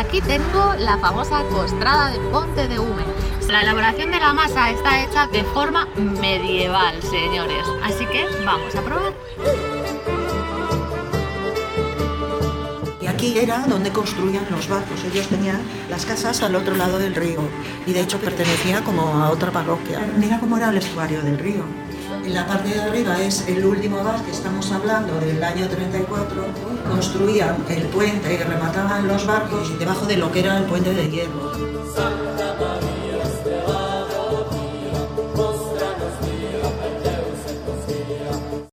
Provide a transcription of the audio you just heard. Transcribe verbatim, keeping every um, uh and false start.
aquí tengo la famosa costrada de Ponte de Úmen. La elaboración de la masa está hecha de forma medieval, señores. Así que vamos a probar. Y aquí era donde construían los barcos. Ellos tenían las casas al otro lado del río y de hecho pertenecía como a otra parroquia. Mira cómo era el estuario del río. En la parte de arriba es el último gas que estamos hablando del año treinta y cuatro. Construían el puente y remataban los barcos debajo de lo que era el puente de hierro.